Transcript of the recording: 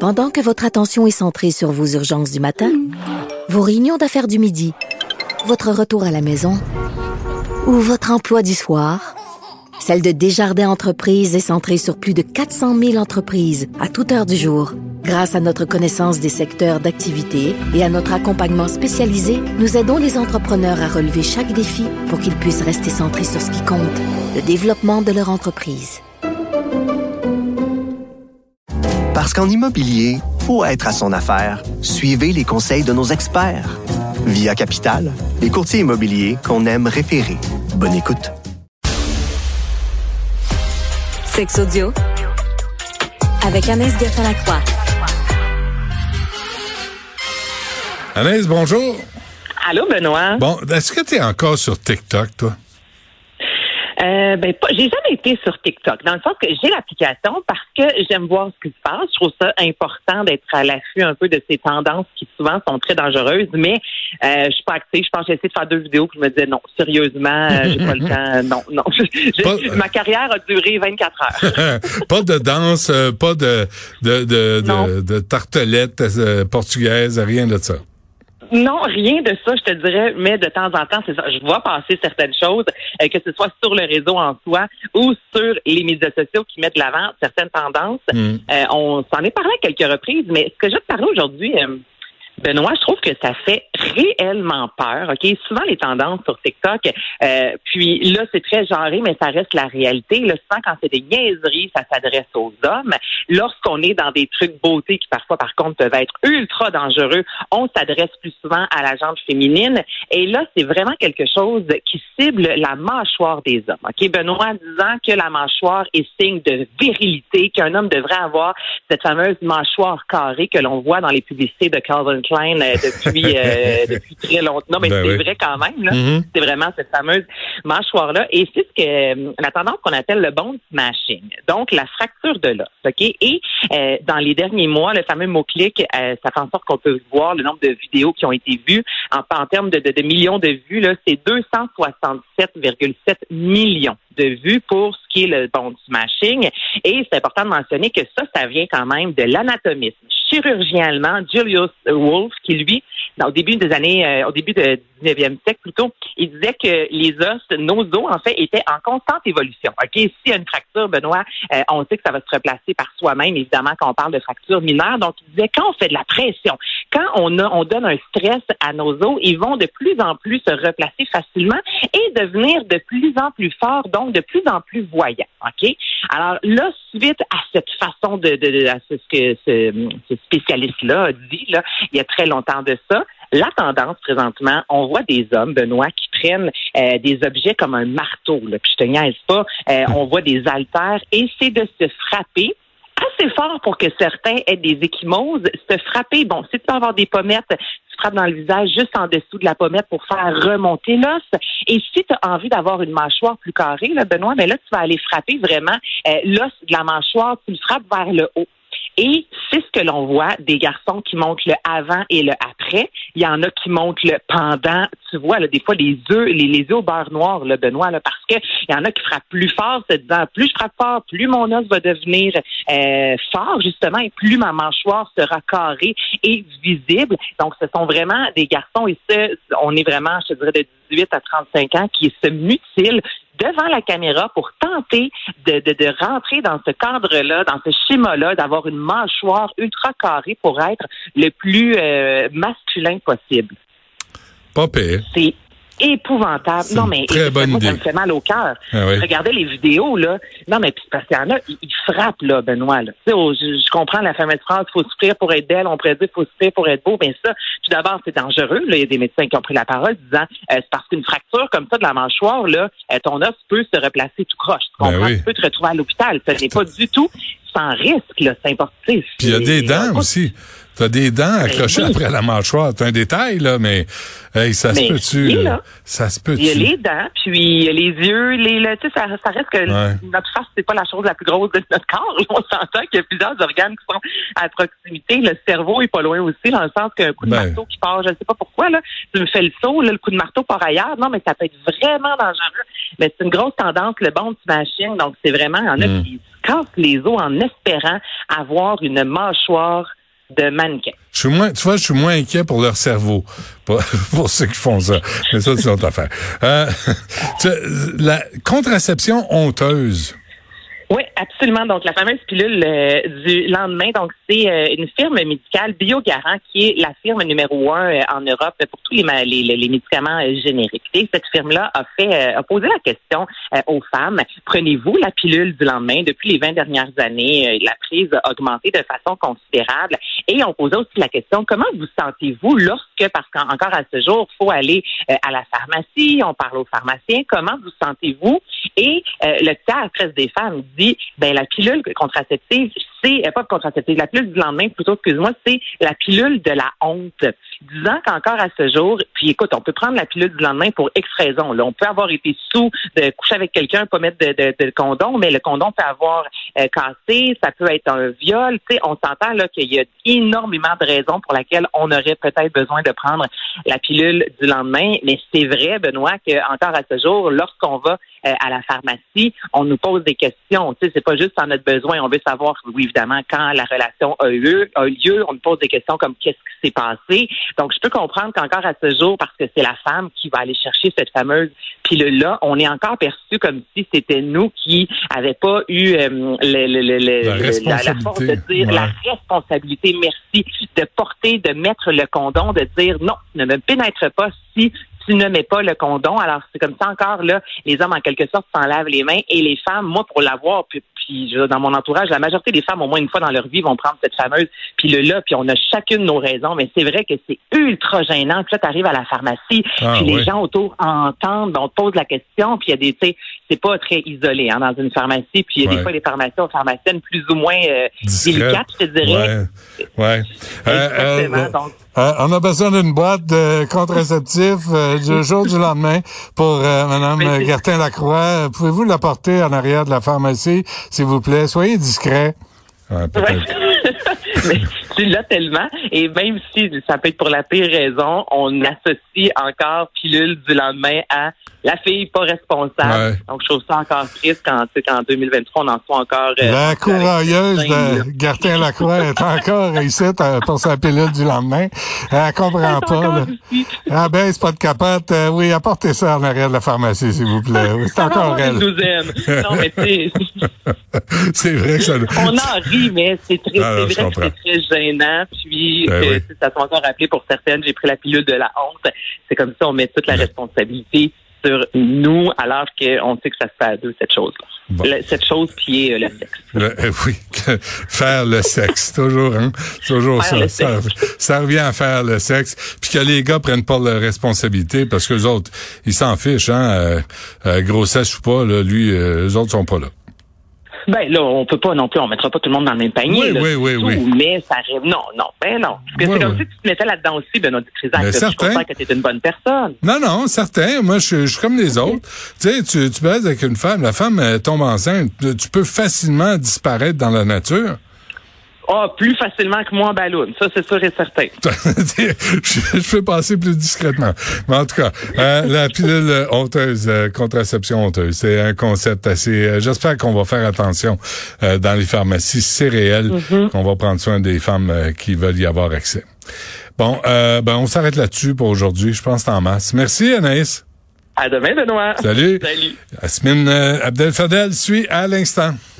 Pendant que votre attention est centrée sur vos urgences du matin, vos réunions d'affaires du midi, votre retour à la maison ou votre emploi du soir, celle de Desjardins Entreprises est centrée sur plus de 400 000 entreprises à toute heure du jour. Grâce à notre connaissance des secteurs d'activité et à notre accompagnement spécialisé, nous aidons les entrepreneurs à relever chaque défi pour qu'ils puissent rester centrés sur ce qui compte, le développement de leur entreprise. Parce qu'en immobilier, faut être à son affaire. Suivez les conseils de nos experts. Via Capital, les courtiers immobiliers qu'on aime référer. Bonne écoute. Sex Audio avec Anaïs Gertin-Lacroix. Anaïs, bonjour. Allô, Benoît. Bon, est-ce que tu es encore sur TikTok, toi? J'ai jamais été sur TikTok, dans le sens que j'ai l'application parce que j'aime voir ce qui se passe. Je trouve ça important d'être à l'affût un peu de ces tendances qui souvent sont très dangereuses, mais je suis pas active. Je pense que j'ai essayé de faire 2 vidéos puis je me disais non, sérieusement, j'ai pas le temps. Non. Ma carrière a duré 24 heures. Pas de danse, pas de tartelettes portugaises, rien de ça. Non, rien de ça, je te dirais, mais de temps en temps, c'est ça. Je vois passer certaines choses, que ce soit sur le réseau en soi ou sur les médias sociaux qui mettent de l'avant certaines tendances. On s'en est parlé à quelques reprises, mais ce que je vais te parler aujourd'hui, Benoît, je trouve que ça fait réellement peur. Ok, souvent les tendances sur TikTok, puis là c'est très genré, mais ça reste la réalité. Là, souvent quand c'est des niaiseries, ça s'adresse aux hommes. Lorsqu'on est dans des trucs beauté qui parfois par contre peuvent être ultra dangereux, on s'adresse plus souvent à la gente féminine. Et là c'est vraiment quelque chose qui cible la mâchoire des hommes. Ok, Benoît disant que la mâchoire est signe de virilité, qu'un homme devrait avoir cette fameuse mâchoire carrée que l'on voit dans les publicités de Calvin Klein depuis très longtemps. Non, mais c'est vrai quand même. Là. C'est vraiment cette fameuse mâchoire-là. Et c'est ce que la tendance qu'on appelle le bone smashing. Donc, la fracture de l'os. OK? Et dans les derniers mois, le fameux mot-clic, ça fait en sorte qu'on peut voir le nombre de vidéos qui ont été vues. En termes de millions de vues, là, c'est 267,7 millions de vues pour ce qui est le bone smashing. Et c'est important de mentionner que ça vient quand même de l'anatomisme. Chirurgien allemand Julius Wolf, qui lui, au début du 19e siècle plutôt, il disait que les os, nos os, en fait, étaient en constante évolution. OK? S'il y a une fracture, Benoît, on sait que ça va se replacer par soi-même, évidemment, quand on parle de fracture mineure. Donc, il disait, quand on fait de la pression, quand on donne un stress à nos os, ils vont de plus en plus se replacer facilement et devenir de plus en plus forts, donc de plus en plus voyants. OK? Alors là, suite à cette façon à ce que ce spécialiste-là a dit, là, il y a très longtemps de ça, la tendance présentement, on voit des hommes, Benoît, qui prennent des objets comme un marteau, là, puis je te niaise pas, on voit des haltères, et c'est de se frapper assez fort pour que certains aient des ecchymoses. Se frapper, bon, si tu peux avoir des pommettes, tu frappes dans le visage juste en dessous de la pommette pour faire remonter l'os. Et si tu as envie d'avoir une mâchoire plus carrée, là, Benoît, ben là, tu vas aller frapper vraiment l'os de la mâchoire, tu le frappes vers le haut. Et c'est ce que l'on voit des garçons qui montrent le avant et le après. Il y en a qui montrent le pendant. Tu vois, là, des fois, les œufs au beurre noir, là, Benoît, là, parce que il y en a qui frappent plus fort, se disant, plus je frappe fort, plus mon os va devenir fort, justement, et plus ma mâchoire sera carrée et visible. Donc, ce sont vraiment des garçons, et on est vraiment, je te dirais, de 18 à 35 ans qui se mutilent devant la caméra pour tenter de rentrer dans ce cadre-là, dans ce schéma-là, d'avoir une mâchoire ultra carrée pour être le plus masculin possible. Pas pire. C'est épouvantable. C'est non, mais très bonne idée. Ça me fait mal au cœur. Ah oui. Regardez les vidéos, là. Non, mais parce qu'il y en a, ils frappent, là, Benoît. Là. Tu sais, je comprends la fameuse phrase, il faut souffrir pour être belle, on pourrait dire, il faut souffrir pour être beau. Bien ça, tout d'abord, c'est dangereux. Là. Il y a des médecins qui ont pris la parole disant, c'est parce qu'une fracture comme ça de la mâchoire, là, ton os peut se replacer tout croche. Tu comprends? Oui. Tu peux te retrouver à l'hôpital. Ce n'est pas du tout sans risque, là. C'est important. Puis il y a des dents aussi. t'as des dents accrochées après la mâchoire. C'est un détail, là, mais hey, ça se peut-tu? Ça se peut-tu? Il y a les dents, puis il y a les yeux, tu sais, ça reste que notre face, c'est pas la chose la plus grosse de notre corps. On s'entend qu'il y a plusieurs organes qui sont à proximité. Le cerveau est pas loin aussi, dans le sens qu'un coup de marteau qui part, je ne sais pas pourquoi, là, tu me fais le saut, là, le coup de marteau part ailleurs. Non, mais ça peut être vraiment dangereux. Mais c'est une grosse tendance, le bon petit machine. Donc, c'est vraiment, il y en a qui se cassent les os en espérant avoir une mâchoire de mannequin. Je suis moins inquiet pour leur cerveau, pour ceux qui font ça. Mais ça, c'est une autre affaire. La contraception honteuse. Oui, absolument. Donc, la fameuse pilule du lendemain, donc c'est une firme médicale, Biogarant, qui est la firme numéro 1 en Europe pour tous les médicaments génériques. Et cette firme-là a posé la question aux femmes, prenez-vous la pilule du lendemain? Depuis les 20 dernières années, la prise a augmenté de façon considérable. Et on posait aussi la question, comment vous sentez-vous lorsque, parce qu'encore à ce jour, il faut aller à la pharmacie, on parle aux pharmaciens, comment vous sentez-vous? Et le tiers presque des femmes dit, la pilule contraceptive, la pilule du lendemain, plutôt, excuse-moi, c'est la pilule de la honte. Disant qu'encore à ce jour, puis écoute, on peut prendre la pilule du lendemain pour X raisons. Là, on peut avoir été sous de coucher avec quelqu'un, pas mettre de condom, mais le condom peut avoir cassé, ça peut être un viol. Tu sais, on s'entend là qu'il y a énormément de raisons pour lesquelles on aurait peut-être besoin de prendre la pilule du lendemain. Mais c'est vrai, Benoît, qu'encore à ce jour, lorsqu'on va à la pharmacie, on nous pose des questions. Tu sais, c'est pas juste en notre besoin. On veut savoir, oui, évidemment, quand la relation a lieu, on nous pose des questions comme qu'est-ce qui s'est passé. Donc, je peux comprendre qu'encore à ce jour, parce que c'est la femme qui va aller chercher cette fameuse pilule-là, on est encore perçu comme si c'était nous qui n'avions pas eu la force de dire la responsabilité, merci, de porter, de mettre le condom, de dire non, ne me pénètre pas si tu ne mets pas le condom. Alors, c'est comme ça encore, là, les hommes, en quelque sorte, s'en lavent les mains et les femmes, moi, pour l'avoir, puis dans mon entourage, la majorité des femmes, au moins une fois dans leur vie, vont prendre cette fameuse pilule-là, puis on a chacune nos raisons, mais c'est vrai que c'est ultra gênant. Puis là, tu arrives à la pharmacie, puis les gens autour entendent, on te pose la question, puis il y a des, tu sais, c'est pas très isolé, hein, dans une pharmacie, puis il y a des fois des pharmaciens ou pharmaciennes plus ou moins délicates, je te dirais. Ouais. Donc, on a besoin d'une boîte de contraceptifs du jour du lendemain pour Mme Gertin-Lacroix. Pouvez-vous l'apporter en arrière de la pharmacie, s'il vous plaît? Soyez discret. Mais tu l'as tellement, et même si ça peut être pour la pire raison, on associe encore pilule du lendemain à la fille pas responsable. Donc, je trouve ça encore triste qu'en 2023, on en soit encore... la courailleuse de Gertin-Lacroix est encore ici pour sa pilule du lendemain. Elle comprend pas. Là. Ah ben, c'est pas de capote. Oui, apportez ça en arrière de la pharmacie, s'il vous plaît. Oui, c'est encore elle. Nous aime. Non, mais tu c'est vrai que ça... On en rit, mais c'est très, c'est vrai que c'est très gênant. Puis, ça s'est encore rappelé pour certaines, j'ai pris la pilule de la honte. C'est comme ça, on met toute la responsabilité sur nous, alors qu'on sait que ça se fait à deux, cette chose-là. Bon. Cette chose qui est le sexe. Oui, faire le sexe, toujours, hein? Toujours ça. Ça revient à faire le sexe. Puis que les gars prennent pas leur responsabilité, parce que les autres, ils s'en fichent, hein? Grossesse ou pas, là, lui, eux autres sont pas là. Ben là, on peut pas non plus, on mettra pas tout le monde dans le même panier. Oui. Mais ça arrive. Non. Parce que c'est comme si tu te mettais là-dedans aussi, Benoît Dutrisac. Je suis content que tu es une bonne personne. Non, certain. Moi, je suis comme les autres. Tu sais, tu baises avec une femme, la femme tombe enceinte. Tu peux facilement disparaître dans la nature. Plus facilement que moi en ballon. Ça, c'est sûr et certain. je fais passer plus discrètement. Mais en tout cas, la pilule honteuse, contraception honteuse, c'est un concept assez... j'espère qu'on va faire attention dans les pharmacies. C'est réel qu'on va prendre soin des femmes qui veulent y avoir accès. Bon, on s'arrête là-dessus pour aujourd'hui. Je pense que c'est en masse. Merci, Anaïs. À demain, Benoît. Salut. Yasmine Abdel-Fadel suit à l'instant.